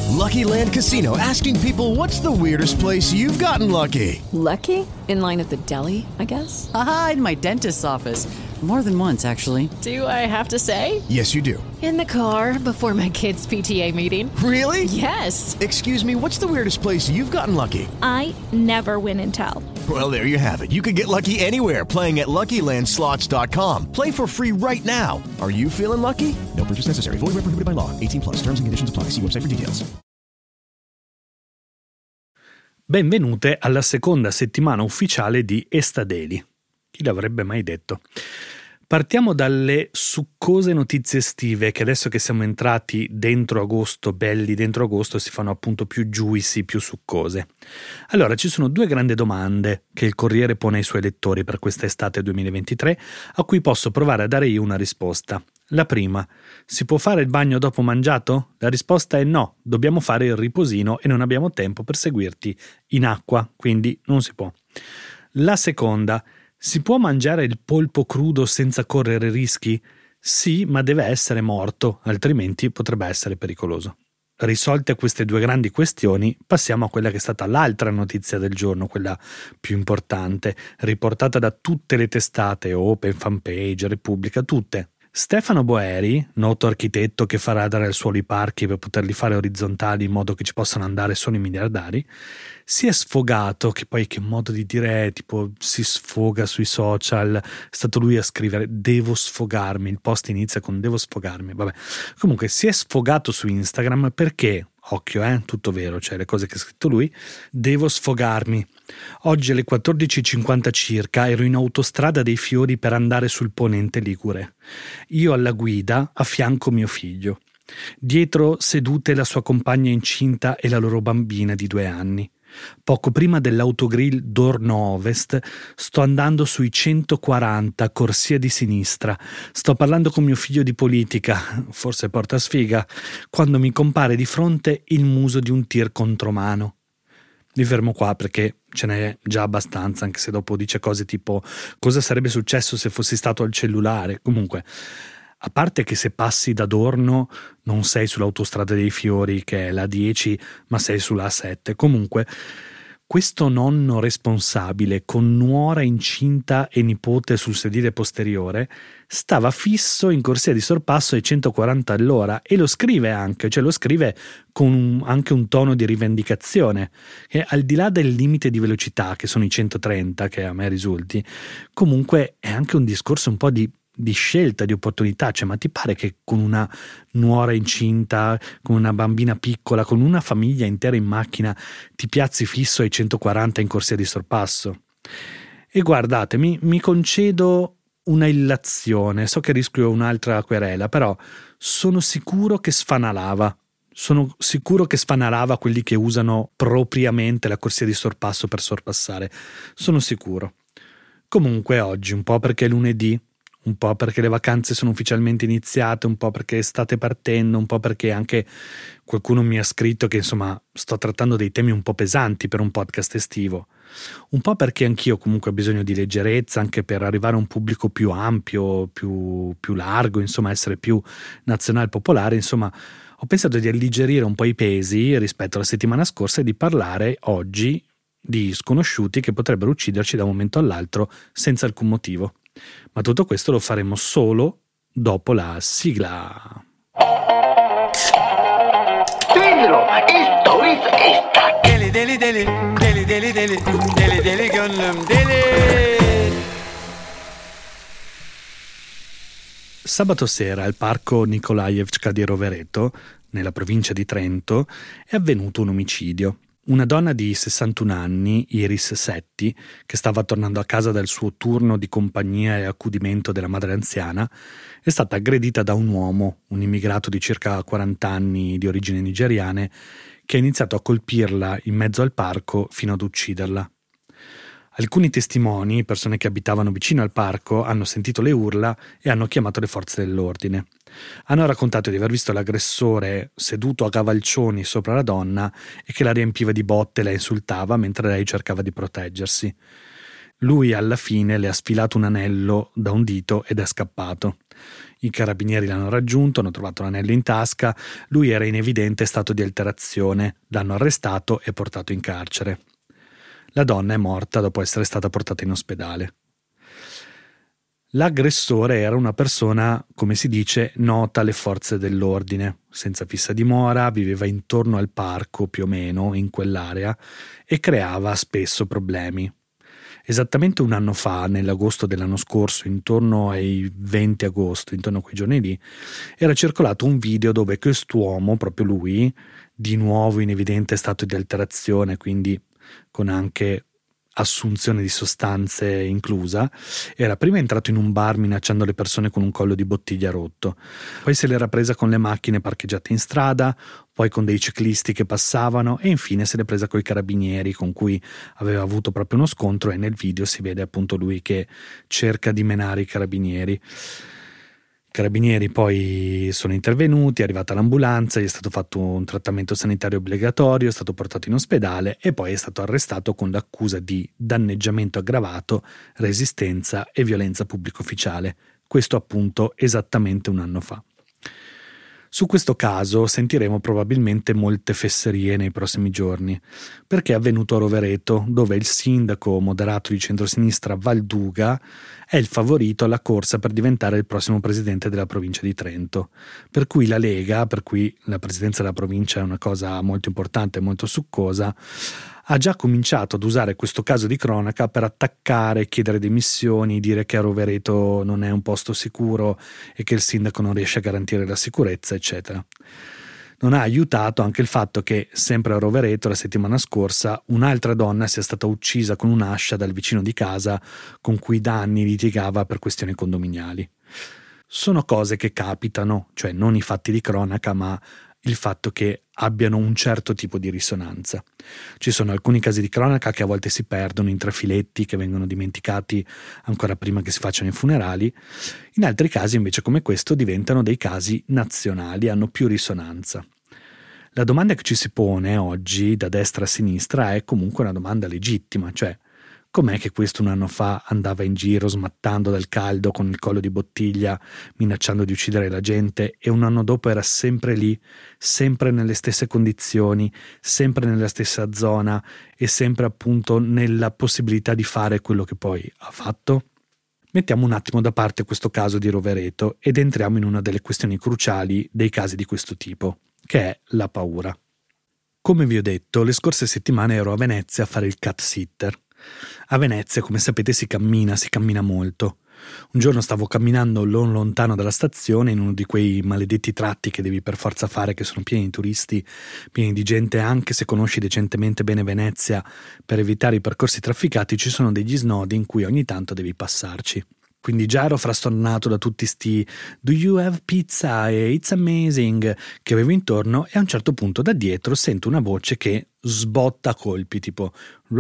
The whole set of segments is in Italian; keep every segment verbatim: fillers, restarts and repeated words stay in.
Lucky Land Casino, asking people, what's the weirdest place you've gotten lucky? Lucky? In line at the deli, I guess? Aha, in my dentist's office. More than once, actually. Do I have to say? Yes, you do. In the car before my kids' P T A meeting. Really? Yes. Excuse me, what's the weirdest place you've gotten lucky? I never win and tell. Well, there you have it. You can get lucky anywhere, playing at Lucky Land Slots dot com. Play for free right now. Are you feeling lucky? No purchase necessary. Void where prohibited by law. eighteen plus. Terms and conditions apply. See website for details. Benvenute alla seconda settimana ufficiale di Estadeli. Chi l'avrebbe mai detto? Partiamo dalle succose notizie estive, che adesso che siamo entrati dentro agosto, belli dentro agosto, si fanno appunto più juicy, più succose. Allora, ci sono due grandi domande che il Corriere pone ai suoi lettori per questa estate duemilaventitré, a cui posso provare a dare io una risposta. La prima: si può fare il bagno dopo mangiato? La risposta è no, dobbiamo fare il riposino e non abbiamo tempo per seguirti in acqua, quindi non si può. La seconda: si può mangiare il polpo crudo senza correre rischi? Sì, ma deve essere morto, altrimenti potrebbe essere pericoloso. Risolte queste due grandi questioni, passiamo a quella che è stata l'altra notizia del giorno, quella più importante, riportata da tutte le testate, Open, Fanpage, Repubblica, tutte. Stefano Boeri, noto architetto che fa radare al suolo i parchi per poterli fare orizzontali in modo che ci possano andare solo i miliardari, si è sfogato, che poi che modo di dire, tipo si sfoga sui social, è stato lui a scrivere devo sfogarmi, il post inizia con devo sfogarmi, vabbè. Comunque si è sfogato su Instagram perché, occhio eh, tutto vero, cioè le cose che ha scritto lui, devo sfogarmi. Oggi alle quattordici e cinquanta circa ero in autostrada dei Fiori per andare sul ponente ligure. Io alla guida, a fianco mio figlio. Dietro sedute la sua compagna incinta e la loro bambina di due anni. Poco prima dell'autogrill Dorno Ovest sto andando sui centoquaranta, corsia di sinistra. Sto parlando con mio figlio di politica, forse porta sfiga, quando mi compare di fronte il muso di un tir contromano. Mi fermo qua perché ce n'è già abbastanza, anche se dopo dice cose tipo cosa sarebbe successo se fossi stato al cellulare. Comunque, a parte che se passi da Dorno non sei sull'autostrada dei Fiori, che è la dieci, ma sei sulla A sette. Comunque, questo nonno responsabile con nuora incinta e nipote sul sedile posteriore stava fisso in corsia di sorpasso ai centoquaranta all'ora e lo scrive anche, cioè lo scrive con un, anche un tono di rivendicazione, che al di là del limite di velocità, che sono i centotrenta, che a me risulti, comunque è anche un discorso un po' di di scelta, di opportunità. Cioè, ma ti pare che con una nuora incinta, con una bambina piccola, con una famiglia intera in macchina ti piazzi fisso ai centoquaranta in corsia di sorpasso? E guardate, mi, mi concedo una illazione, so che rischio un'altra querela, però sono sicuro che sfanalava sono sicuro che sfanalava quelli che usano propriamente la corsia di sorpasso per sorpassare, sono sicuro. Comunque oggi, un po' perché è lunedì, un po' perché le vacanze sono ufficialmente iniziate, un po' perché state partendo, un po' perché anche qualcuno mi ha scritto che insomma sto trattando dei temi un po' pesanti per un podcast estivo, un po' perché anch'io comunque ho bisogno di leggerezza anche per arrivare a un pubblico più ampio, più, più largo, insomma essere più nazional popolare, insomma ho pensato di alleggerire un po' i pesi rispetto alla settimana scorsa e di parlare oggi di sconosciuti che potrebbero ucciderci da un momento all'altro senza alcun motivo. Ma tutto questo lo faremo solo dopo la sigla. Pedro, esto es esta. Dele, dele, dele, dele, dele, dele, dele, dele, con dele. Sabato sera al parco Nikolajevska di Rovereto, nella provincia di Trento, è avvenuto un omicidio. Una donna di sessantuno anni, Iris Setti, che stava tornando a casa dal suo turno di compagnia e accudimento della madre anziana, è stata aggredita da un uomo, un immigrato di circa quaranta anni di origini nigeriane, che ha iniziato a colpirla in mezzo al parco fino ad ucciderla. Alcuni testimoni, persone che abitavano vicino al parco, hanno sentito le urla e hanno chiamato le forze dell'ordine. Hanno raccontato di aver visto l'aggressore seduto a cavalcioni sopra la donna e che la riempiva di botte e la insultava mentre lei cercava di proteggersi. Lui alla fine le ha sfilato un anello da un dito ed è scappato. I carabinieri l'hanno raggiunto, hanno trovato l'anello in tasca, lui era in evidente stato di alterazione, l'hanno arrestato e portato in carcere. La donna è morta dopo essere stata portata in ospedale. L'aggressore era una persona, come si dice, nota alle forze dell'ordine, senza fissa dimora, viveva intorno al parco più o meno in quell'area e creava spesso problemi. Esattamente un anno fa, nell'agosto dell'anno scorso, intorno ai venti agosto, intorno a quei giorni lì, era circolato un video dove quest'uomo, proprio lui, di nuovo in evidente stato di alterazione, quindi con anche assunzione di sostanze inclusa, era prima entrato in un bar minacciando le persone con un collo di bottiglia rotto, poi se l'era presa con le macchine parcheggiate in strada, poi con dei ciclisti che passavano e infine se l'è presa coi carabinieri con cui aveva avuto proprio uno scontro, e nel video si vede appunto lui che cerca di menare i carabinieri. I carabinieri poi sono intervenuti, è arrivata l'ambulanza, gli è stato fatto un trattamento sanitario obbligatorio, è stato portato in ospedale e poi è stato arrestato con l'accusa di danneggiamento aggravato, resistenza e violenza pubblico ufficiale. Questo appunto esattamente un anno fa. Su questo caso sentiremo probabilmente molte fesserie nei prossimi giorni, perché è avvenuto a Rovereto, dove il sindaco moderato di centrosinistra Valduga è il favorito alla corsa per diventare il prossimo presidente della provincia di Trento, per cui la Lega, per cui la presidenza della provincia è una cosa molto importante e molto succosa, ha già cominciato ad usare questo caso di cronaca per attaccare, chiedere dimissioni, dire che a Rovereto non è un posto sicuro e che il sindaco non riesce a garantire la sicurezza, eccetera. Non ha aiutato anche il fatto che, sempre a Rovereto, la settimana scorsa, un'altra donna sia stata uccisa con un'ascia dal vicino di casa con cui da anni litigava per questioni condominiali. Sono cose che capitano, cioè non i fatti di cronaca, ma il fatto che abbiano un certo tipo di risonanza. Ci sono alcuni casi di cronaca che a volte si perdono in trafiletti, che vengono dimenticati ancora prima che si facciano i funerali, in altri casi invece come questo diventano dei casi nazionali, hanno più risonanza. La domanda che ci si pone oggi da destra a sinistra è comunque una domanda legittima, cioè com'è che questo un anno fa andava in giro smattando dal caldo con il collo di bottiglia, minacciando di uccidere la gente, e un anno dopo era sempre lì, sempre nelle stesse condizioni, sempre nella stessa zona e sempre appunto nella possibilità di fare quello che poi ha fatto? Mettiamo un attimo da parte questo caso di Rovereto ed entriamo in una delle questioni cruciali dei casi di questo tipo, che è la paura. Come vi ho detto, le scorse settimane ero a Venezia a fare il cat sitter. A Venezia, come sapete, si cammina, si cammina molto. Un giorno stavo camminando non lontano dalla stazione, in uno di quei maledetti tratti che devi per forza fare, che sono pieni di turisti, pieni di gente. Anche se conosci decentemente bene Venezia, per evitare i percorsi trafficati ci sono degli snodi in cui ogni tanto devi passarci. Quindi già ero frastornato da tutti sti "Do you have pizza?" e "It's amazing" che avevo intorno, e a un certo punto da dietro sento una voce che sbotta a colpi, tipo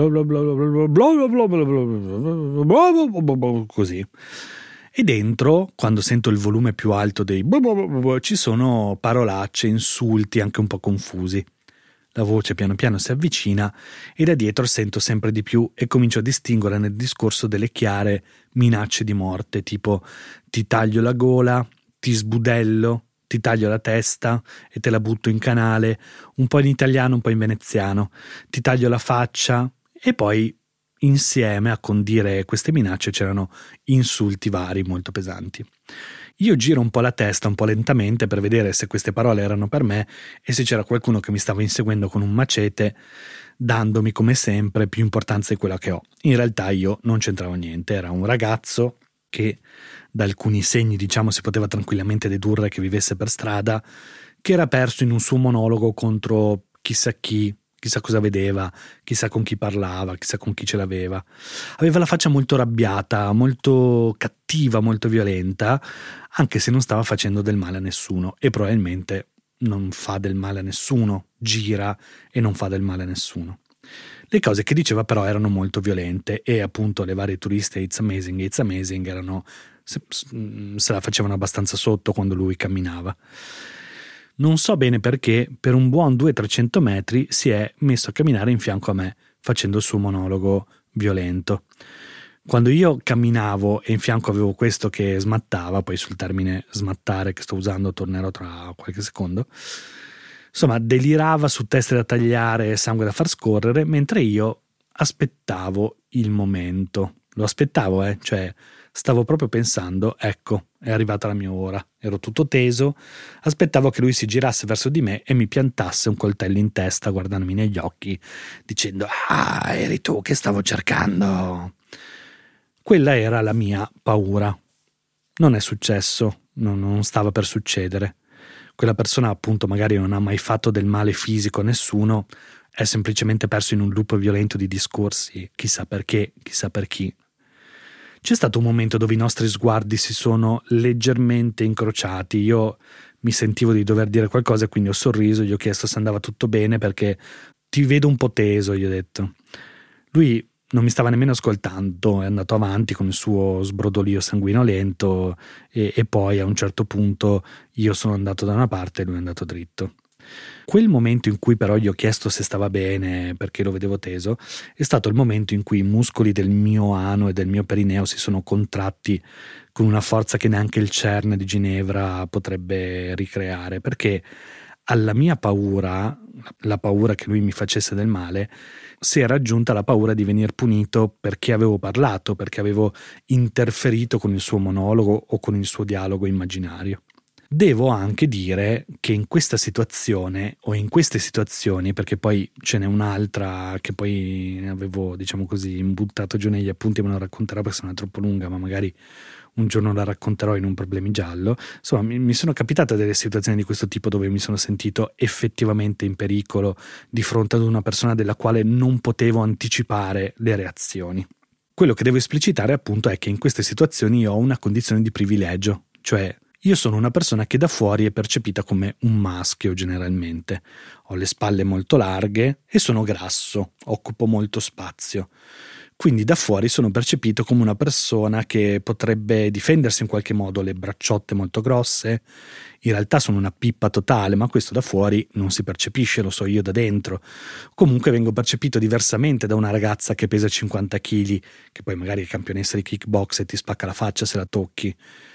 così. E dentro, quando sento il volume più alto dei ci sono parolacce, insulti anche un po' confusi. La voce piano piano si avvicina e da dietro sento sempre di più e comincio a distinguere nel discorso delle chiare minacce di morte, tipo "ti taglio la gola", "ti sbudello", "ti taglio la testa e te la butto in canale", un po' in italiano, un po' in veneziano, "ti taglio la faccia", e poi insieme a condire queste minacce c'erano insulti vari molto pesanti. Io giro un po' la testa, un po' lentamente, per vedere se queste parole erano per me e se c'era qualcuno che mi stava inseguendo con un macete, dandomi come sempre più importanza di quella che ho. In realtà io non c'entravo niente, era un ragazzo che da alcuni segni, diciamo, si poteva tranquillamente dedurre che vivesse per strada, che era perso in un suo monologo contro chissà chi, chissà cosa vedeva, chissà con chi parlava, chissà con chi ce l'aveva. Aveva la faccia molto arrabbiata, molto cattiva, molto violenta, anche se non stava facendo del male a nessuno, e probabilmente non fa del male a nessuno, gira e non fa del male a nessuno. Le cose che diceva però erano molto violente, e appunto le varie turiste "It's amazing, it's amazing" erano, se, se la facevano abbastanza sotto quando lui camminava. Non so bene perché, per un buon duecento trecento metri si è messo a camminare in fianco a me, facendo il suo monologo violento. Quando io camminavo e in fianco avevo questo che smattava, poi sul termine smattare che sto usando tornerò tra qualche secondo, insomma delirava su teste da tagliare e sangue da far scorrere, mentre io aspettavo il momento. Lo aspettavo, eh, cioè stavo proprio pensando, ecco, è arrivata la mia ora. Ero tutto teso, aspettavo che lui si girasse verso di me e mi piantasse un coltello in testa guardandomi negli occhi, dicendo «Ah, eri tu che stavo cercando!» Quella era la mia paura. Non è successo, non, non stava per succedere. Quella persona appunto magari non ha mai fatto del male fisico a nessuno, è semplicemente perso in un loop violento di discorsi, chissà perché, chissà per chi. C'è stato un momento dove i nostri sguardi si sono leggermente incrociati, io mi sentivo di dover dire qualcosa e quindi ho sorriso, gli ho chiesto se andava tutto bene perché ti vedo un po' teso, gli ho detto. Lui non mi stava nemmeno ascoltando, è andato avanti con il suo sbrodolio sanguinolento e, e poi a un certo punto io sono andato da una parte e lui è andato dritto. Quel momento in cui però gli ho chiesto se stava bene perché lo vedevo teso è stato il momento in cui i muscoli del mio ano e del mio perineo si sono contratti con una forza che neanche il CERN di Ginevra potrebbe ricreare, perché alla mia paura, la paura che lui mi facesse del male, si era aggiunta la paura di venir punito perché avevo parlato, perché avevo interferito con il suo monologo o con il suo dialogo immaginario. Devo anche dire che in questa situazione o in queste situazioni, perché poi ce n'è un'altra che poi avevo, diciamo così, buttato giù negli appunti, ma non racconterò perché sennò è troppo lunga, ma magari un giorno la racconterò in un Problemi Giallo. Insomma, mi, mi sono capitate delle situazioni di questo tipo dove mi sono sentito effettivamente in pericolo di fronte ad una persona della quale non potevo anticipare le reazioni. Quello che devo esplicitare appunto è che in queste situazioni io ho una condizione di privilegio, cioè io sono una persona che da fuori è percepita come un maschio generalmente. Ho le spalle molto larghe e sono grasso, occupo molto spazio. Quindi da fuori sono percepito come una persona che potrebbe difendersi in qualche modo, le bracciotte molto grosse. In realtà sono una pippa totale, ma questo da fuori non si percepisce, lo so io da dentro. Comunque vengo percepito diversamente da una ragazza che pesa cinquanta chili, che poi magari è campionessa di kickbox e ti spacca la faccia se la tocchi.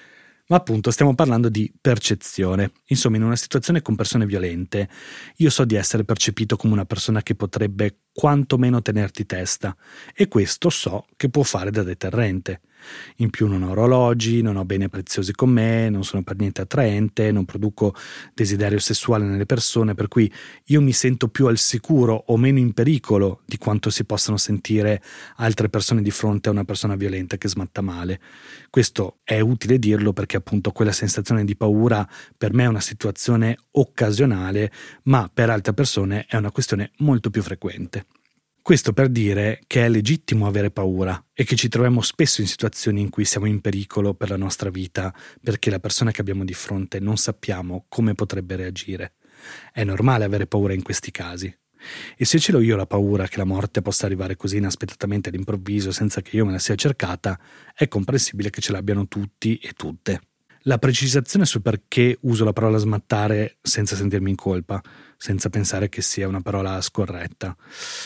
Ma appunto stiamo parlando di percezione. Insomma, in una situazione con persone violente, io so di essere percepito come una persona che potrebbe quantomeno tenerti testa, e questo so che può fare da deterrente. In più non ho orologi, non ho beni preziosi con me, non sono per niente attraente, non produco desiderio sessuale nelle persone, per cui io mi sento più al sicuro o meno in pericolo di quanto si possano sentire altre persone di fronte a una persona violenta che smatta male. Questo è utile dirlo perché appunto quella sensazione di paura per me è una situazione occasionale, ma per altre persone è una questione molto più frequente. Questo per dire che è legittimo avere paura e che ci troviamo spesso in situazioni in cui siamo in pericolo per la nostra vita perché la persona che abbiamo di fronte non sappiamo come potrebbe reagire. È normale avere paura in questi casi. E se ce l'ho io la paura che la morte possa arrivare così inaspettatamente all'improvviso senza che io me la sia cercata, è comprensibile che ce l'abbiano tutti e tutte. La precisazione su perché uso la parola smattare senza sentirmi in colpa, senza pensare che sia una parola scorretta.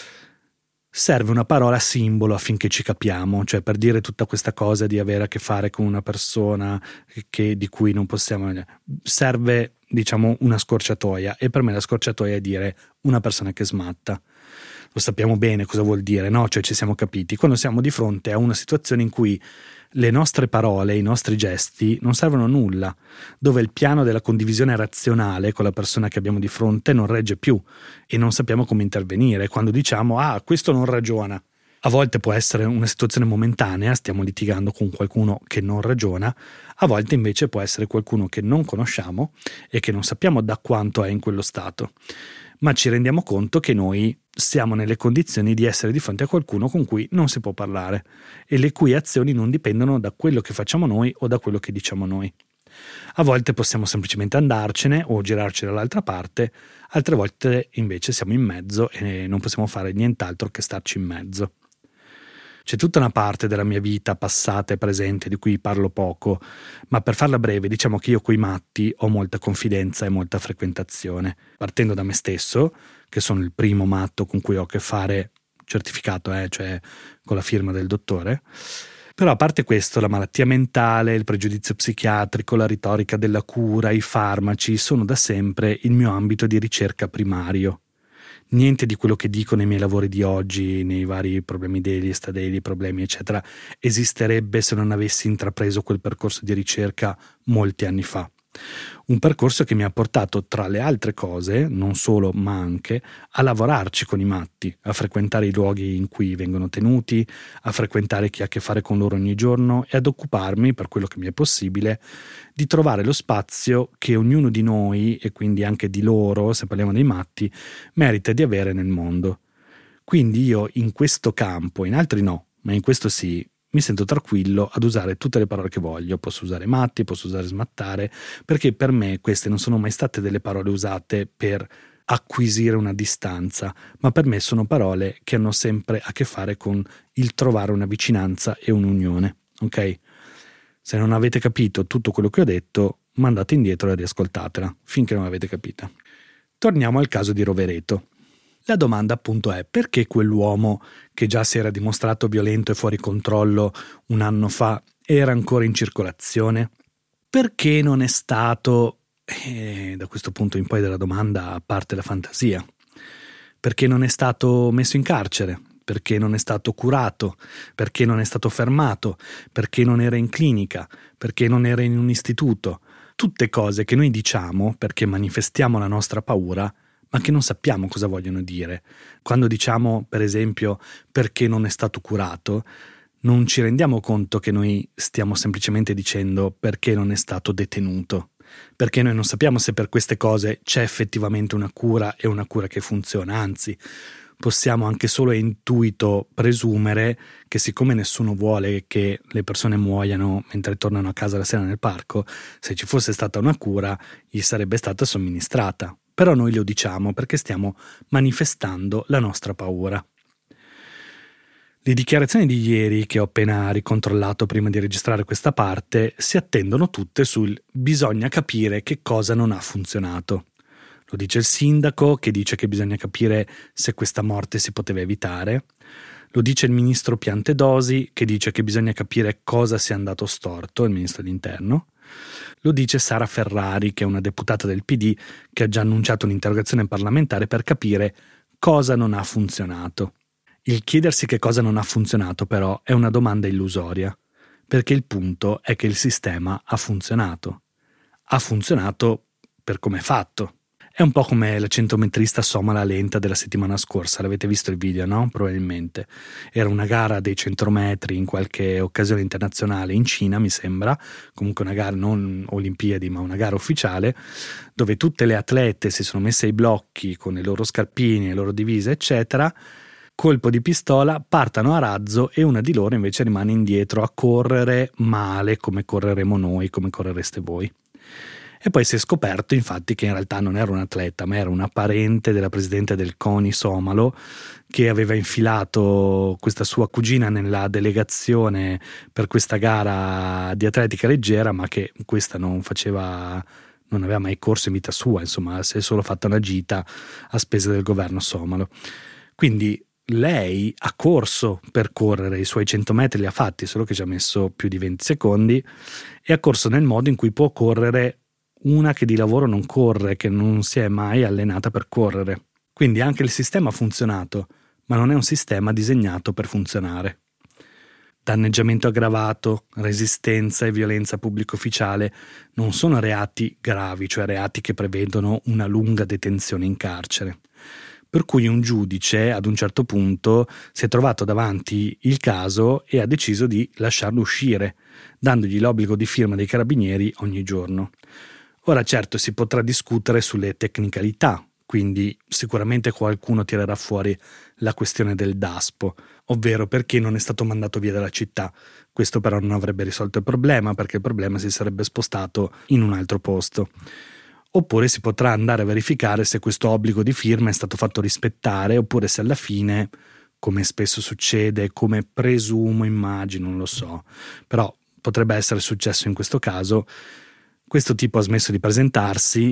Serve una parola simbolo affinché ci capiamo, cioè per dire tutta questa cosa di avere a che fare con una persona che, di cui non possiamo... Serve, diciamo, una scorciatoia, e per me la scorciatoia è dire una persona che smatta. Lo sappiamo bene cosa vuol dire, no? Cioè ci siamo capiti. Quando siamo di fronte a una situazione in cui le nostre parole, i nostri gesti non servono a nulla, dove il piano della condivisione razionale con la persona che abbiamo di fronte non regge più e non sappiamo come intervenire, quando diciamo ah, questo non ragiona. A volte può essere una situazione momentanea, stiamo litigando con qualcuno che non ragiona, a volte invece può essere qualcuno che non conosciamo e che non sappiamo da quanto è in quello stato, ma ci rendiamo conto che noi siamo nelle condizioni di essere di fronte a qualcuno con cui non si può parlare e le cui azioni non dipendono da quello che facciamo noi o da quello che diciamo noi. A volte possiamo semplicemente andarcene o girarci dall'altra parte, altre volte invece siamo in mezzo e non possiamo fare nient'altro che starci in mezzo. C'è tutta una parte della mia vita passata e presente di cui parlo poco, ma per farla breve diciamo che io coi matti ho molta confidenza e molta frequentazione. Partendo da me stesso, che sono il primo matto con cui ho a che fare, certificato, eh, cioè con la firma del dottore, Però a parte questo, la malattia mentale, il pregiudizio psichiatrico, la retorica della cura, i farmaci sono da sempre il mio ambito di ricerca primario. Niente di quello che dico nei miei lavori di oggi, nei vari problemi degli stadeli, problemi eccetera, esisterebbe se non avessi intrapreso quel percorso di ricerca molti anni fa. Un percorso che mi ha portato, tra le altre cose, non solo ma anche, a lavorarci con i matti, a frequentare i luoghi in cui vengono tenuti, a frequentare chi ha a che fare con loro ogni giorno e ad occuparmi, per quello che mi è possibile, di trovare lo spazio che ognuno di noi, e quindi anche di loro, se parliamo dei matti, merita di avere nel mondo. Quindi io in questo campo, in altri no, ma in questo sì, mi sento tranquillo ad usare tutte le parole che voglio. Posso usare matti, posso usare smattare, perché per me queste non sono mai state delle parole usate per acquisire una distanza, ma per me sono parole che hanno sempre a che fare con il trovare una vicinanza e un'unione, ok? Se non avete capito tutto quello che ho detto, mandate indietro e riascoltatela, finché non l'avete capita. Torniamo al caso di Rovereto. La domanda appunto è: perché quell'uomo che già si era dimostrato violento e fuori controllo un anno fa era ancora in circolazione? Perché non è stato, e da questo punto in poi della domanda parte la fantasia, perché non è stato messo in carcere? Perché non è stato curato? Perché non è stato fermato? Perché non era in clinica? Perché non era in un istituto? Tutte cose che noi diciamo perché manifestiamo la nostra paura, ma che non sappiamo cosa vogliono dire. Quando diciamo, per esempio, perché non è stato curato, non ci rendiamo conto che noi stiamo semplicemente dicendo perché non è stato detenuto, perché noi non sappiamo se per queste cose c'è effettivamente una cura e una cura che funziona, anzi possiamo anche solo a intuito presumere che siccome nessuno vuole che le persone muoiano mentre tornano a casa la sera nel parco, se ci fosse stata una cura gli sarebbe stata somministrata. Però noi lo diciamo perché stiamo manifestando la nostra paura. Le dichiarazioni di ieri, che ho appena ricontrollato prima di registrare questa parte, si attendono tutte sul bisogna capire che cosa non ha funzionato. Lo dice il sindaco, che dice che bisogna capire se questa morte si poteva evitare. Lo dice il ministro Piantedosi, che dice che bisogna capire cosa sia andato storto, il ministro dell'Interno. Lo dice Sara Ferrari, che è una deputata del P D, che ha già annunciato un'interrogazione parlamentare per capire cosa non ha funzionato. Il chiedersi che cosa non ha funzionato, però, è una domanda illusoria, perché il punto è che il sistema ha funzionato. Ha funzionato per come è fatto. È un po' come la centometrista somala lenta della settimana scorsa, l'avete visto il video, no? Probabilmente. Era una gara dei cento metri in qualche occasione internazionale in Cina, mi sembra, comunque una gara non Olimpiadi ma una gara ufficiale, dove tutte le atlete si sono messe ai blocchi con i loro scarpini, le loro divise eccetera, colpo di pistola, partano a razzo e una di loro invece rimane indietro a correre male come correremo noi, come correreste voi. E poi si è scoperto infatti che in realtà non era un atleta, ma era una parente della presidente del CONI somalo che aveva infilato questa sua cugina nella delegazione per questa gara di atletica leggera, ma che questa non faceva, non aveva mai corso in vita sua, insomma si è solo fatta una gita a spese del governo somalo. Quindi lei ha corso per correre, i suoi cento metri li ha fatti, solo che ci ha messo più di venti secondi, e ha corso nel modo in cui può correre una che di lavoro non corre, che non si è mai allenata per correre. Quindi anche il sistema ha funzionato, ma non è un sistema disegnato per funzionare. Danneggiamento aggravato, resistenza e violenza pubblico ufficiale non sono reati gravi, cioè reati che prevedono una lunga detenzione in carcere. Per cui un giudice ad un certo punto si è trovato davanti il caso e ha deciso di lasciarlo uscire, dandogli l'obbligo di firma dei carabinieri ogni giorno. Ora certo si potrà discutere sulle tecnicalità, quindi sicuramente qualcuno tirerà fuori la questione del daspo, ovvero perché non è stato mandato via dalla città. Questo però non avrebbe risolto il problema, perché il problema si sarebbe spostato in un altro posto. Oppure si potrà andare a verificare se questo obbligo di firma è stato fatto rispettare, oppure se alla fine, come spesso succede, come presumo, immagino, non lo so, però potrebbe essere successo in questo caso, Questo tipo ha smesso di presentarsi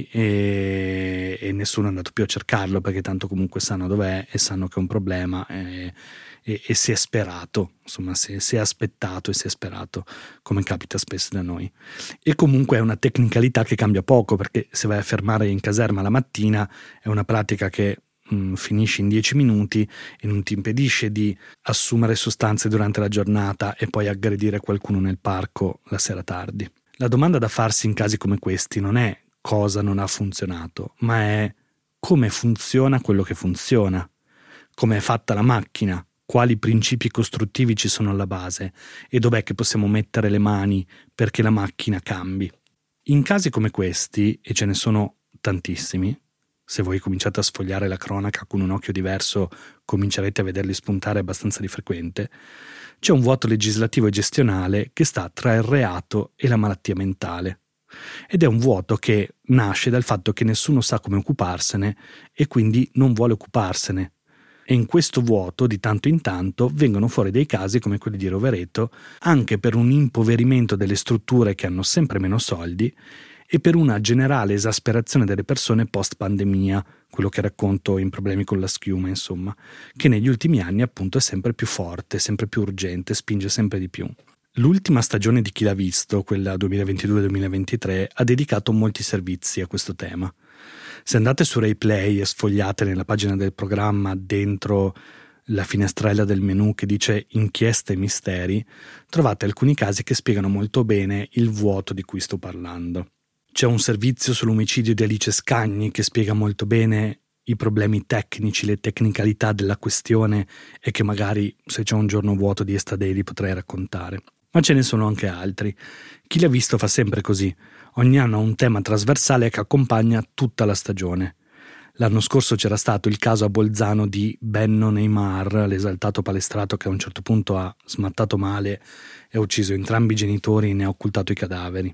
e, e nessuno è andato più a cercarlo, perché tanto comunque sanno dov'è e sanno che è un problema, e, e, e si è sperato, insomma si, si è aspettato e si è sperato, come capita spesso da noi. E comunque è una tecnicalità che cambia poco, perché se vai a fermare in caserma la mattina è una pratica che mh, finisce in dieci minuti e non ti impedisce di assumere sostanze durante la giornata e poi aggredire qualcuno nel parco la sera tardi. La domanda da farsi in casi come questi non è cosa non ha funzionato, ma è come funziona quello che funziona, come è fatta la macchina, quali principi costruttivi ci sono alla base e dov'è che possiamo mettere le mani perché la macchina cambi. In casi come questi, e ce ne sono tantissimi, se voi cominciate a sfogliare la cronaca con un occhio diverso comincerete a vederli spuntare abbastanza di frequente, c'è un vuoto legislativo e gestionale che sta tra il reato e la malattia mentale. Ed è un vuoto che nasce dal fatto che nessuno sa come occuparsene e quindi non vuole occuparsene. E in questo vuoto, di tanto in tanto, vengono fuori dei casi come quelli di Rovereto, anche per un impoverimento delle strutture che hanno sempre meno soldi e per una generale esasperazione delle persone post-pandemia, quello che racconto in Problemi con la schiuma, insomma, che negli ultimi anni appunto è sempre più forte, sempre più urgente, spinge sempre di più. L'ultima stagione di Chi l'ha visto, quella duemilaventidue duemilaventitré, ha dedicato molti servizi a questo tema. Se andate su Rai Play e sfogliate nella pagina del programma dentro la finestrella del menu che dice Inchieste e misteri, trovate alcuni casi che spiegano molto bene il vuoto di cui sto parlando. C'è un servizio sull'omicidio di Alice Scagni che spiega molto bene i problemi tecnici, le tecnicalità della questione e che magari, se c'è un giorno vuoto di Estadeli, potrei raccontare. Ma ce ne sono anche altri. Chi l'ha visto fa sempre così. Ogni anno ha un tema trasversale che accompagna tutta la stagione. L'anno scorso c'era stato il caso a Bolzano di Benno Neymar, l'esaltato palestrato che a un certo punto ha smattato male e ha ucciso entrambi i genitori e ne ha occultato i cadaveri.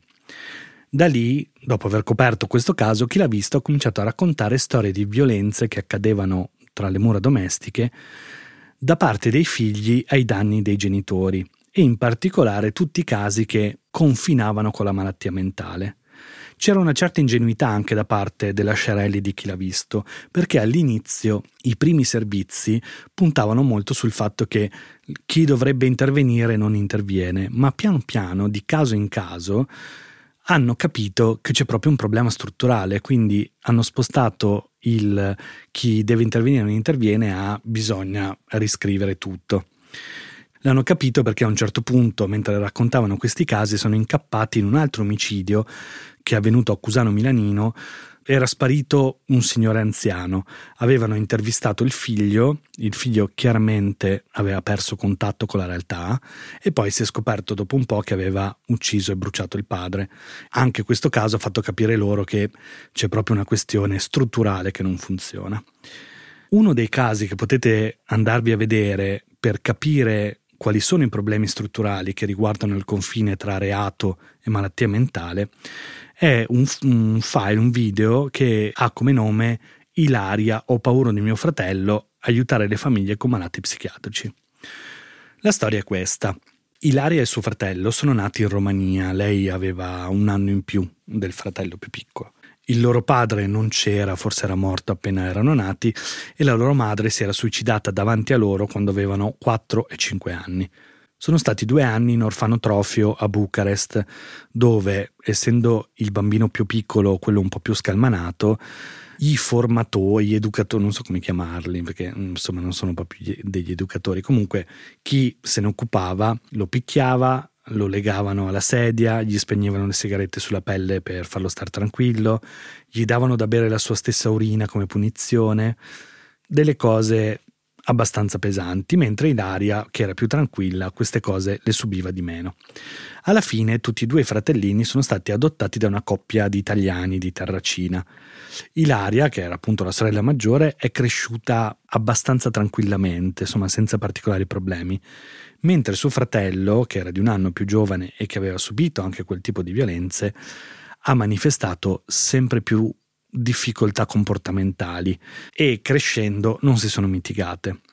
Da lì, dopo aver coperto questo caso, Chi l'ha visto ha cominciato a raccontare storie di violenze che accadevano tra le mura domestiche da parte dei figli ai danni dei genitori e in particolare tutti i casi che confinavano con la malattia mentale. C'era una certa ingenuità anche da parte della Sciarelli di Chi l'ha visto, perché all'inizio i primi servizi puntavano molto sul fatto che chi dovrebbe intervenire non interviene, ma piano piano, di caso in caso, hanno capito che c'è proprio un problema strutturale, quindi hanno spostato il chi deve intervenire non interviene a bisogna riscrivere tutto. L'hanno capito perché a un certo punto, mentre raccontavano questi casi, sono incappati in un altro omicidio che è avvenuto a Cusano Milanino. Era sparito un signore anziano, avevano intervistato il figlio, il figlio chiaramente aveva perso contatto con la realtà e poi si è scoperto dopo un po' che aveva ucciso e bruciato il padre. Anche questo caso ha fatto capire loro che c'è proprio una questione strutturale che non funziona. Uno dei casi che potete andarvi a vedere per capire quali sono i problemi strutturali che riguardano il confine tra reato e malattia mentale è un, un file, un video che ha come nome Ilaria, ho paura di mio fratello, aiutare le famiglie con malati psichiatrici. La storia è questa. Ilaria e suo fratello sono nati in Romania, lei aveva un anno in più del fratello più piccolo. Il loro padre non c'era, forse era morto appena erano nati, e la loro madre si era suicidata davanti a loro quando avevano quattro e cinque anni. Sono stati due anni in orfanotrofio a Bucarest, dove, essendo il bambino più piccolo quello un po' più scalmanato, i formatori, gli educatori, non so come chiamarli, perché insomma non sono proprio degli educatori, comunque chi se ne occupava lo picchiava, lo legavano alla sedia, gli spegnevano le sigarette sulla pelle per farlo star tranquillo, gli davano da bere la sua stessa urina come punizione, delle cose abbastanza pesanti, mentre Ilaria, che era più tranquilla, queste cose le subiva di meno. Alla fine tutti e due i fratellini sono stati adottati da una coppia di italiani di Terracina. Ilaria, che era appunto la sorella maggiore, è cresciuta abbastanza tranquillamente, insomma senza particolari problemi, mentre suo fratello, che era di un anno più giovane e che aveva subito anche quel tipo di violenze, ha manifestato sempre più difficoltà comportamentali e crescendo non si sono mitigate.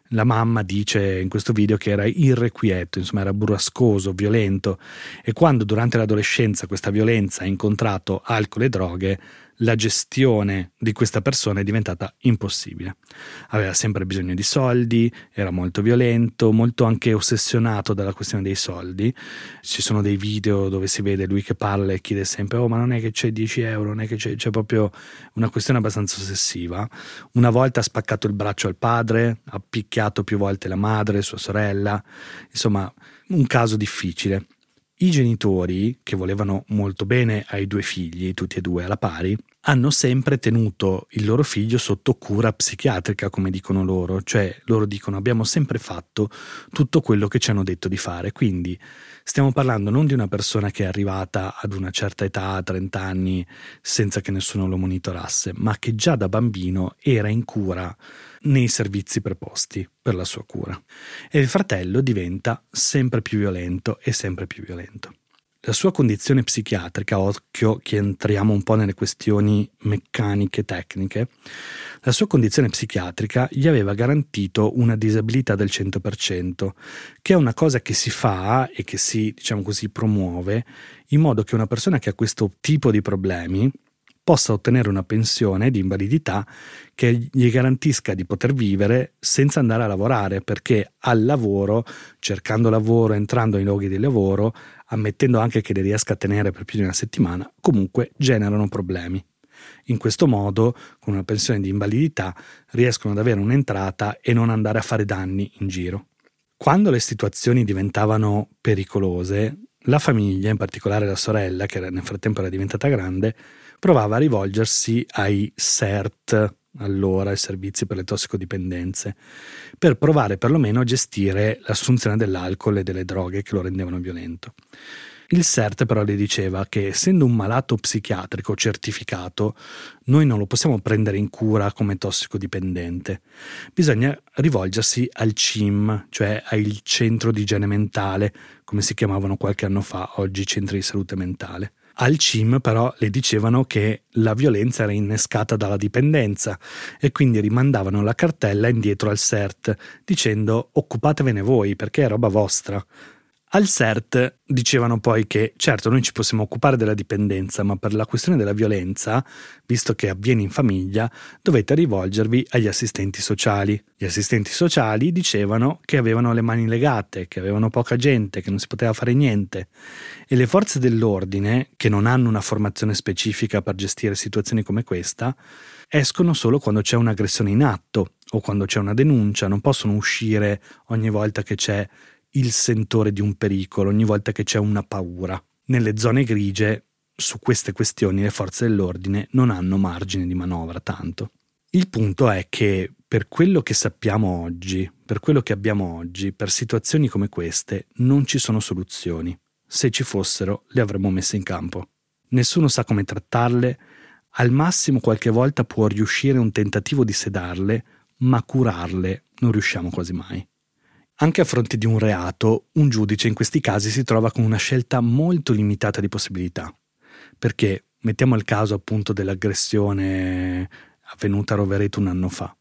La mamma dice in questo video che era irrequieto, insomma era burrascoso, violento, e quando durante l'adolescenza questa violenza ha incontrato alcol e droghe, la gestione di questa persona è diventata impossibile. Aveva sempre bisogno di soldi, era molto violento, molto anche ossessionato dalla questione dei soldi. Ci sono dei video dove si vede lui che parla e chiede sempre oh ma non è che c'è dieci euro, non è che c'è, c'è proprio una questione abbastanza ossessiva. Una volta ha spaccato il braccio al padre, ha picchiato più volte la madre, sua sorella, insomma un caso difficile. I genitori, che volevano molto bene ai due figli, tutti e due alla pari, hanno sempre tenuto il loro figlio sotto cura psichiatrica, come dicono loro, cioè loro dicono abbiamo sempre fatto tutto quello che ci hanno detto di fare, quindi stiamo parlando non di una persona che è arrivata ad una certa età, trenta anni, senza che nessuno lo monitorasse, ma che già da bambino era in cura nei servizi preposti per la sua cura. E il fratello diventa sempre più violento e sempre più violento. La sua condizione psichiatrica, occhio che entriamo un po' nelle questioni meccaniche, tecniche, la sua condizione psichiatrica gli aveva garantito una disabilità del cento per cento, che è una cosa che si fa e che si, diciamo così, promuove in modo che una persona che ha questo tipo di problemi possa ottenere una pensione di invalidità che gli garantisca di poter vivere senza andare a lavorare, perché al lavoro, cercando lavoro, entrando nei luoghi di lavoro, ammettendo anche che li riesca a tenere per più di una settimana, comunque generano problemi. In questo modo, con una pensione di invalidità, riescono ad avere un'entrata e non andare a fare danni in giro. Quando le situazioni diventavano pericolose, la famiglia, in particolare la sorella, che nel frattempo era diventata grande, provava a rivolgersi ai S E R T, allora i servizi per le tossicodipendenze, per provare perlomeno a gestire l'assunzione dell'alcol e delle droghe che lo rendevano violento. Il S E R T però le diceva che essendo un malato psichiatrico certificato, noi non lo possiamo prendere in cura come tossicodipendente. Bisogna rivolgersi al C I M, cioè al centro di igiene mentale, come si chiamavano qualche anno fa, oggi centri di salute mentale. Al C I M però le dicevano che la violenza era innescata dalla dipendenza e quindi rimandavano la cartella indietro al S E R T dicendo occupatevene voi perché è roba vostra. Al S E R T dicevano poi che certo noi ci possiamo occupare della dipendenza, ma per la questione della violenza, visto che avviene in famiglia, dovete rivolgervi agli assistenti sociali. Gli assistenti sociali dicevano che avevano le mani legate, che avevano poca gente, che non si poteva fare niente. E le forze dell'ordine, che non hanno una formazione specifica per gestire situazioni come questa, escono solo quando c'è un'aggressione in atto o quando c'è una denuncia, non possono uscire ogni volta che c'è il sentore di un pericolo, ogni volta che c'è una paura. Nelle zone grigie, su queste questioni, le forze dell'ordine non hanno margine di manovra tanto. Il punto è che per quello che sappiamo oggi, per quello che abbiamo oggi, per situazioni come queste, non ci sono soluzioni. Se ci fossero, le avremmo messe in campo. Nessuno sa come trattarle, al massimo qualche volta può riuscire un tentativo di sedarle, ma curarle non riusciamo quasi mai. Anche a fronte di un reato, un giudice in questi casi si trova con una scelta molto limitata di possibilità, perché mettiamo il caso appunto dell'aggressione avvenuta a Rovereto un anno fa.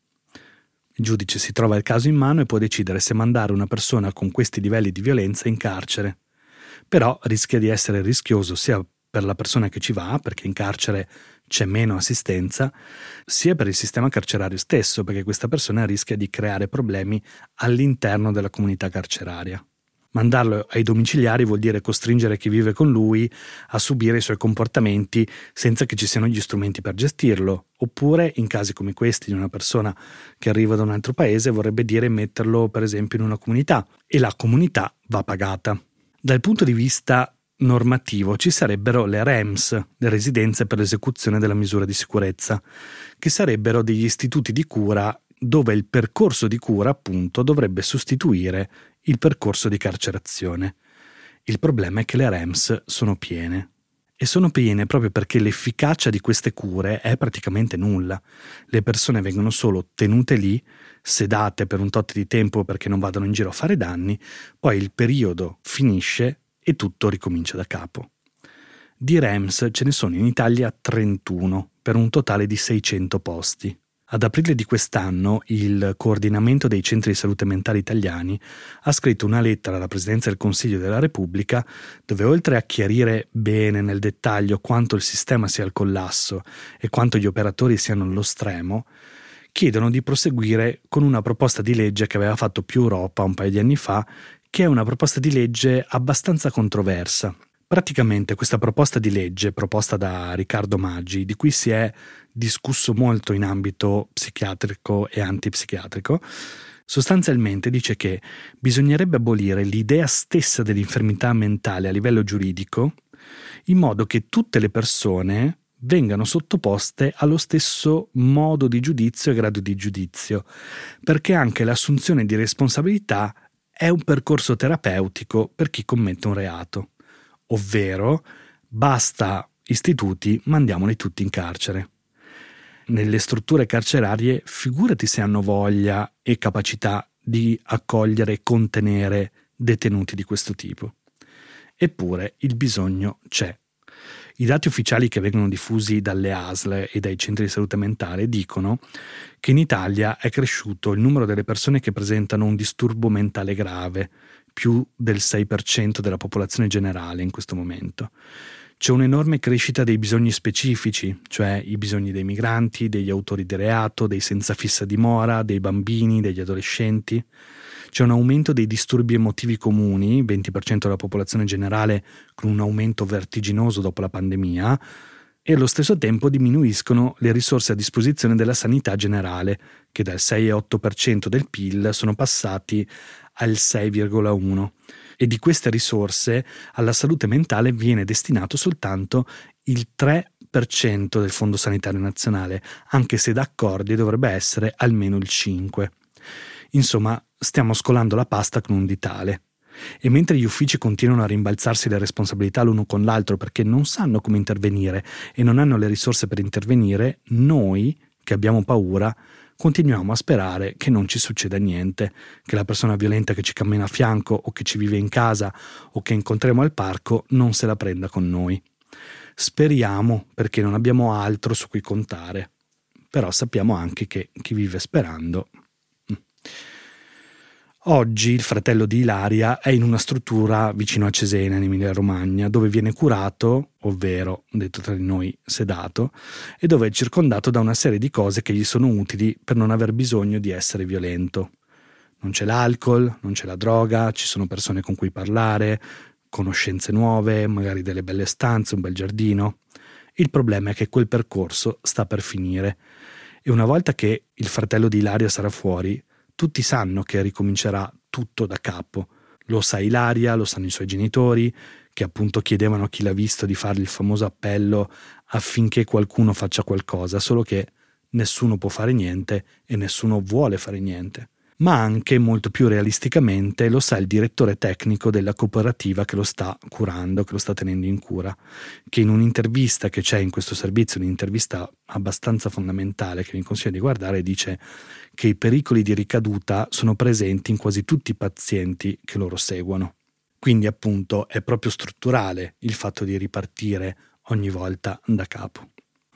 Il giudice si trova il caso in mano e può decidere se mandare una persona con questi livelli di violenza in carcere, però rischia di essere rischioso sia per la persona che ci va, perché in carcere c'è meno assistenza, sia per il sistema carcerario stesso, perché questa persona rischia di creare problemi all'interno della comunità carceraria. Mandarlo ai domiciliari vuol dire costringere chi vive con lui a subire i suoi comportamenti senza che ci siano gli strumenti per gestirlo, oppure in casi come questi di una persona che arriva da un altro paese vorrebbe dire metterlo per esempio in una comunità e la comunità va pagata. Dal punto di vista normativo ci sarebbero le R E M S, le residenze per l'esecuzione della misura di sicurezza, che sarebbero degli istituti di cura dove il percorso di cura appunto dovrebbe sostituire il percorso di carcerazione. Il problema è che le R E M S sono piene e sono piene proprio perché l'efficacia di queste cure è praticamente nulla. Le persone vengono solo tenute lì, sedate per un tot di tempo perché non vadano in giro a fare danni, poi il periodo finisce e tutto ricomincia da capo. Di R E M S ce ne sono in Italia trentuno, per un totale di seicento posti. Ad aprile di quest'anno il Coordinamento dei Centri di Salute Mentale Italiani ha scritto una lettera alla Presidenza del Consiglio della Repubblica dove, oltre a chiarire bene nel dettaglio quanto il sistema sia al collasso e quanto gli operatori siano allo stremo, chiedono di proseguire con una proposta di legge che aveva fatto Più Europa un paio di anni fa, che è una proposta di legge abbastanza controversa. Praticamente questa proposta di legge, proposta da Riccardo Maggi, di cui si è discusso molto in ambito psichiatrico e antipsichiatrico, sostanzialmente dice che bisognerebbe abolire l'idea stessa dell'infermità mentale a livello giuridico, in modo che tutte le persone vengano sottoposte allo stesso modo di giudizio e grado di giudizio, perché anche l'assunzione di responsabilità è un percorso terapeutico per chi commette un reato. Ovvero, basta istituti, mandiamoli tutti in carcere. Nelle strutture carcerarie, figurati se hanno voglia e capacità di accogliere e contenere detenuti di questo tipo. Eppure il bisogno c'è. I dati ufficiali che vengono diffusi dalle A S L e dai centri di salute mentale dicono che in Italia è cresciuto il numero delle persone che presentano un disturbo mentale grave, più del sei per cento della popolazione generale in questo momento. C'è un'enorme crescita dei bisogni specifici, cioè i bisogni dei migranti, degli autori di reato, dei senza fissa dimora, dei bambini, degli adolescenti. C'è un aumento dei disturbi emotivi comuni, venti per cento della popolazione generale con un aumento vertiginoso dopo la pandemia, e allo stesso tempo diminuiscono le risorse a disposizione della sanità generale, che dal sei virgola otto per cento del P I L sono passati al sei virgola uno per cento, e di queste risorse alla salute mentale viene destinato soltanto il tre per cento del Fondo Sanitario Nazionale, anche se d'accordi dovrebbe essere almeno il cinque per cento. Insomma, stiamo scolando la pasta con un ditale. E mentre gli uffici continuano a rimbalzarsi le responsabilità l'uno con l'altro perché non sanno come intervenire e non hanno le risorse per intervenire, noi, che abbiamo paura, continuiamo a sperare che non ci succeda niente, che la persona violenta che ci cammina a fianco o che ci vive in casa o che incontriamo al parco non se la prenda con noi. Speriamo, perché non abbiamo altro su cui contare, però sappiamo anche che chi vive sperando... Oggi il fratello di Ilaria è in una struttura vicino a Cesena, in Emilia-Romagna, dove viene curato, ovvero, detto tra di noi, sedato, e dove è circondato da una serie di cose che gli sono utili per non aver bisogno di essere violento. Non c'è l'alcol, non c'è la droga, ci sono persone con cui parlare, conoscenze nuove, magari delle belle stanze, un bel giardino. Il problema è che quel percorso sta per finire e una volta che il fratello di Ilaria sarà fuori, tutti sanno che ricomincerà tutto da capo. Lo sa Ilaria, lo sanno i suoi genitori, che appunto chiedevano a chi l'ha visto di fare il famoso appello affinché qualcuno faccia qualcosa, solo che nessuno può fare niente e nessuno vuole fare niente. Ma anche, molto più realisticamente, lo sa il direttore tecnico della cooperativa che lo sta curando, che lo sta tenendo in cura, che in un'intervista che c'è in questo servizio, un'intervista abbastanza fondamentale che vi consiglio di guardare, dice che i pericoli di ricaduta sono presenti in quasi tutti i pazienti che loro seguono. Quindi appunto è proprio strutturale il fatto di ripartire ogni volta da capo.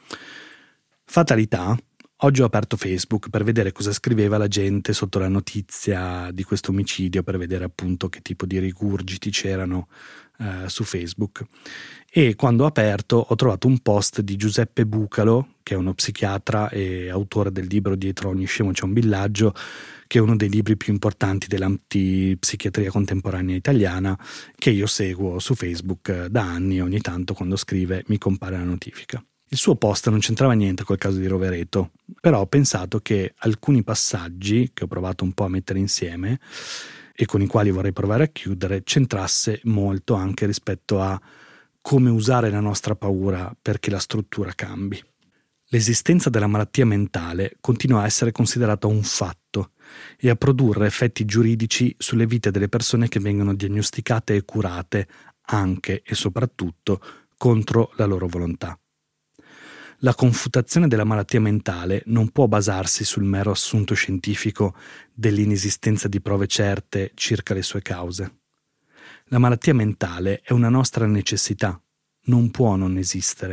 Fatalità. Oggi ho aperto Facebook per vedere cosa scriveva la gente sotto la notizia di questo omicidio, per vedere appunto che tipo di rigurgiti c'erano eh, su Facebook. E quando ho aperto ho trovato un post di Giuseppe Bucalo, che è uno psichiatra e autore del libro Dietro ogni scemo c'è un villaggio, che è uno dei libri più importanti dell'antipsichiatria contemporanea italiana, che io seguo su Facebook da anni. Ogni tanto quando scrive mi compare la notifica. Il suo post non c'entrava niente col caso di Rovereto, però ho pensato che alcuni passaggi che ho provato un po' a mettere insieme e con i quali vorrei provare a chiudere c'entrasse molto anche rispetto a come usare la nostra paura perché la struttura cambi. L'esistenza della malattia mentale continua a essere considerata un fatto e a produrre effetti giuridici sulle vite delle persone che vengono diagnosticate e curate anche e soprattutto contro la loro volontà. La confutazione della malattia mentale non può basarsi sul mero assunto scientifico dell'inesistenza di prove certe circa le sue cause. La malattia mentale è una nostra necessità, non può non esistere.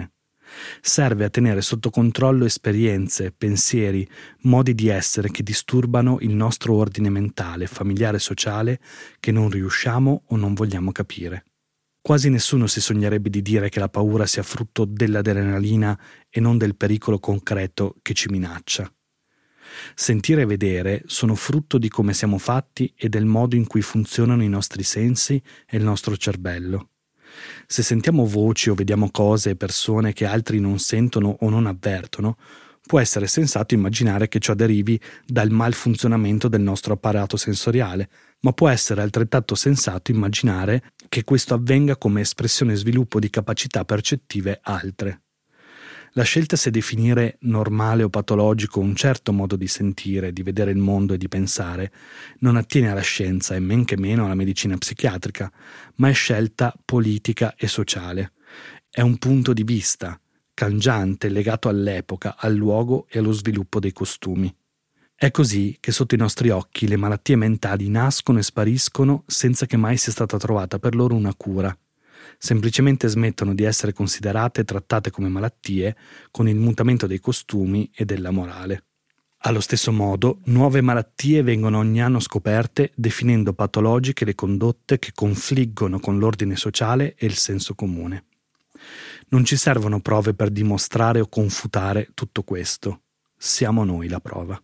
Serve a tenere sotto controllo esperienze, pensieri, modi di essere che disturbano il nostro ordine mentale, familiare e sociale che non riusciamo o non vogliamo capire. Quasi nessuno si sognerebbe di dire che la paura sia frutto dell'adrenalina e non del pericolo concreto che ci minaccia. Sentire e vedere sono frutto di come siamo fatti e del modo in cui funzionano i nostri sensi e il nostro cervello. Se sentiamo voci o vediamo cose e persone che altri non sentono o non avvertono, può essere sensato immaginare che ciò derivi dal malfunzionamento del nostro apparato sensoriale, ma può essere altrettanto sensato immaginare che questo avvenga come espressione e sviluppo di capacità percettive altre. La scelta se definire normale o patologico un certo modo di sentire, di vedere il mondo e di pensare non attiene alla scienza e men che meno alla medicina psichiatrica, ma è scelta politica e sociale. È un punto di vista, cangiante, legato all'epoca, al luogo e allo sviluppo dei costumi. È così che sotto i nostri occhi le malattie mentali nascono e spariscono senza che mai sia stata trovata per loro una cura. Semplicemente smettono di essere considerate e trattate come malattie con il mutamento dei costumi e della morale. Allo stesso modo, nuove malattie vengono ogni anno scoperte definendo patologiche le condotte che confliggono con l'ordine sociale e il senso comune. Non ci servono prove per dimostrare o confutare tutto questo. Siamo noi la prova.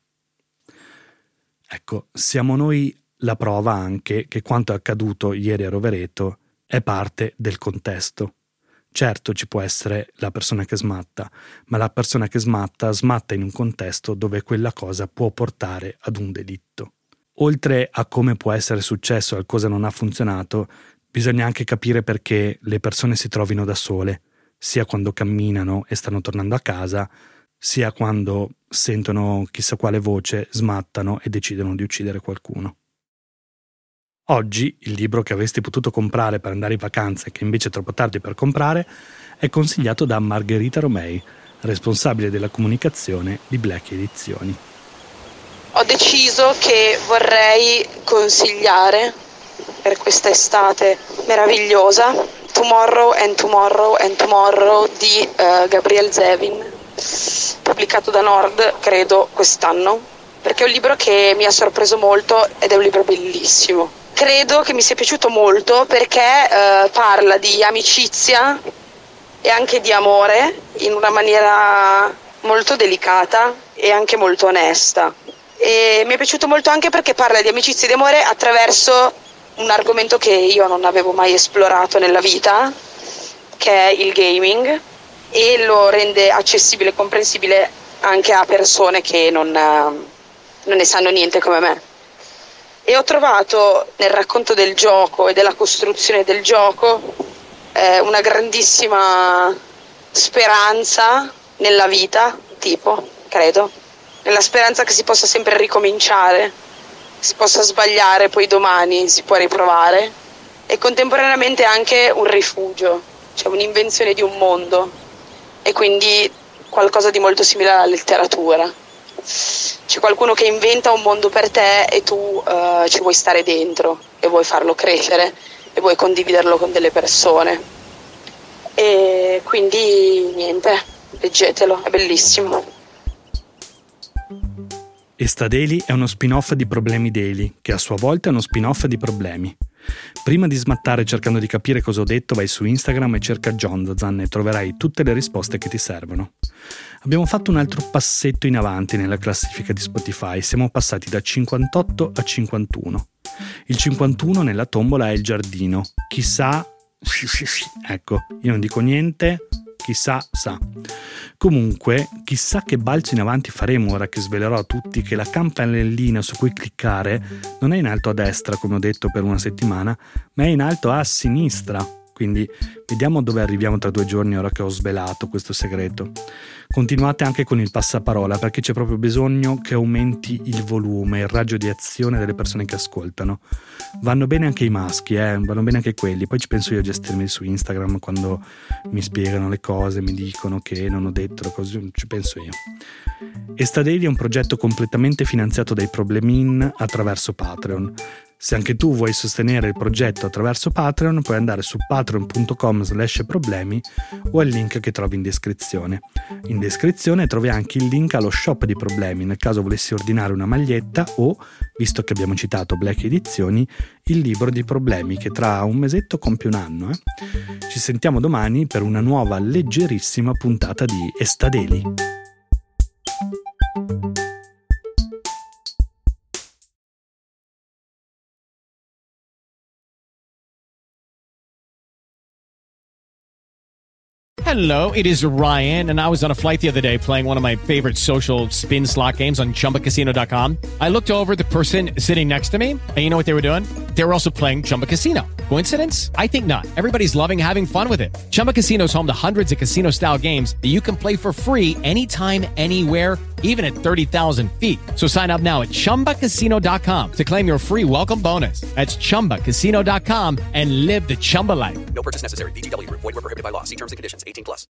Ecco, siamo noi la prova anche che quanto è accaduto ieri a Rovereto è parte del contesto. Certo ci può essere la persona che smatta, ma la persona che smatta smatta in un contesto dove quella cosa può portare ad un delitto. Oltre a come può essere successo e cosa non ha funzionato, bisogna anche capire perché le persone si trovino da sole, sia quando camminano e stanno tornando a casa, sia quando sentono chissà quale voce, smattano e decidono di uccidere qualcuno. Oggi il libro che avresti potuto comprare per andare in vacanza e che invece è troppo tardi per comprare è consigliato da Margherita Romei, responsabile della comunicazione di Black Edizioni. Ho deciso che vorrei consigliare per questa estate meravigliosa Tomorrow and Tomorrow and Tomorrow di uh, Gabriel Zevin, pubblicato da Nord, credo, quest'anno, perché è un libro che mi ha sorpreso molto ed è un libro bellissimo. Credo che mi sia piaciuto molto perché uh, parla di amicizia e anche di amore in una maniera molto delicata e anche molto onesta. E mi è piaciuto molto anche perché parla di amicizia e di amore attraverso un argomento che io non avevo mai esplorato nella vita, che è il gaming, e lo rende accessibile e comprensibile anche a persone che non, non ne sanno niente come me. E ho trovato nel racconto del gioco e della costruzione del gioco eh, una grandissima speranza nella vita, tipo, credo, nella speranza che si possa sempre ricominciare, si possa sbagliare, poi domani si può riprovare, e contemporaneamente anche un rifugio, cioè un'invenzione di un mondo, e quindi qualcosa di molto simile alla letteratura. C'è qualcuno che inventa un mondo per te e tu uh, ci vuoi stare dentro e vuoi farlo crescere e vuoi condividerlo con delle persone, e quindi niente, leggetelo, è bellissimo. Esta Daily è uno spin-off di Problemi Daily, che a sua volta è uno spin-off di Problemi. Prima di smattare cercando di capire cosa ho detto, vai su Instagram e cerca Jonzazan e troverai tutte le risposte che ti servono. Abbiamo fatto un altro passetto in avanti nella classifica di Spotify, siamo passati da cinquantotto a cinquantuno. Il cinquantuno nella tombola è Il Giardino. Chissà... ecco, io non dico niente... Chissà, sa. Comunque, chissà che balzo in avanti faremo ora che svelerò a tutti che la campanellina su cui cliccare non è in alto a destra, come ho detto per una settimana, ma è in alto a sinistra. Quindi vediamo dove arriviamo tra due giorni ora che ho svelato questo segreto. Continuate anche con il passaparola perché c'è proprio bisogno che aumenti il volume, il raggio di azione delle persone che ascoltano. Vanno bene anche i maschi, eh? vanno bene anche quelli. Poi ci penso io a gestirmi su Instagram quando mi spiegano le cose, mi dicono che non ho detto le cose, ci penso io. Esta Daily è un progetto completamente finanziato dai Problemin attraverso Patreon. Se anche tu vuoi sostenere il progetto attraverso Patreon, puoi andare su patreon punto com slash problemi o al link che trovi in descrizione. In descrizione trovi anche il link allo shop di Problemi, nel caso volessi ordinare una maglietta o, visto che abbiamo citato Black Edizioni, il libro di Problemi che tra un mesetto compie un anno. Eh? Ci sentiamo domani per una nuova leggerissima puntata di Estadeli. Hello, it is Ryan, and I was on a flight the other day playing one of my favorite social spin slot games on chumba casino dot com. I looked over at the person sitting next to me, and you know what they were doing? They were also playing Chumba Casino. Coincidence? I think not. Everybody's loving having fun with it. Chumba Casino is home to hundreds of casino-style games that you can play for free anytime, anywhere, even at thirty thousand feet. So sign up now at chumba casino dot com to claim your free welcome bonus. That's chumba casino dot com and live the Chumba life. No purchase necessary. V G W. Void where prohibited by law. See terms and conditions. eighteen plus.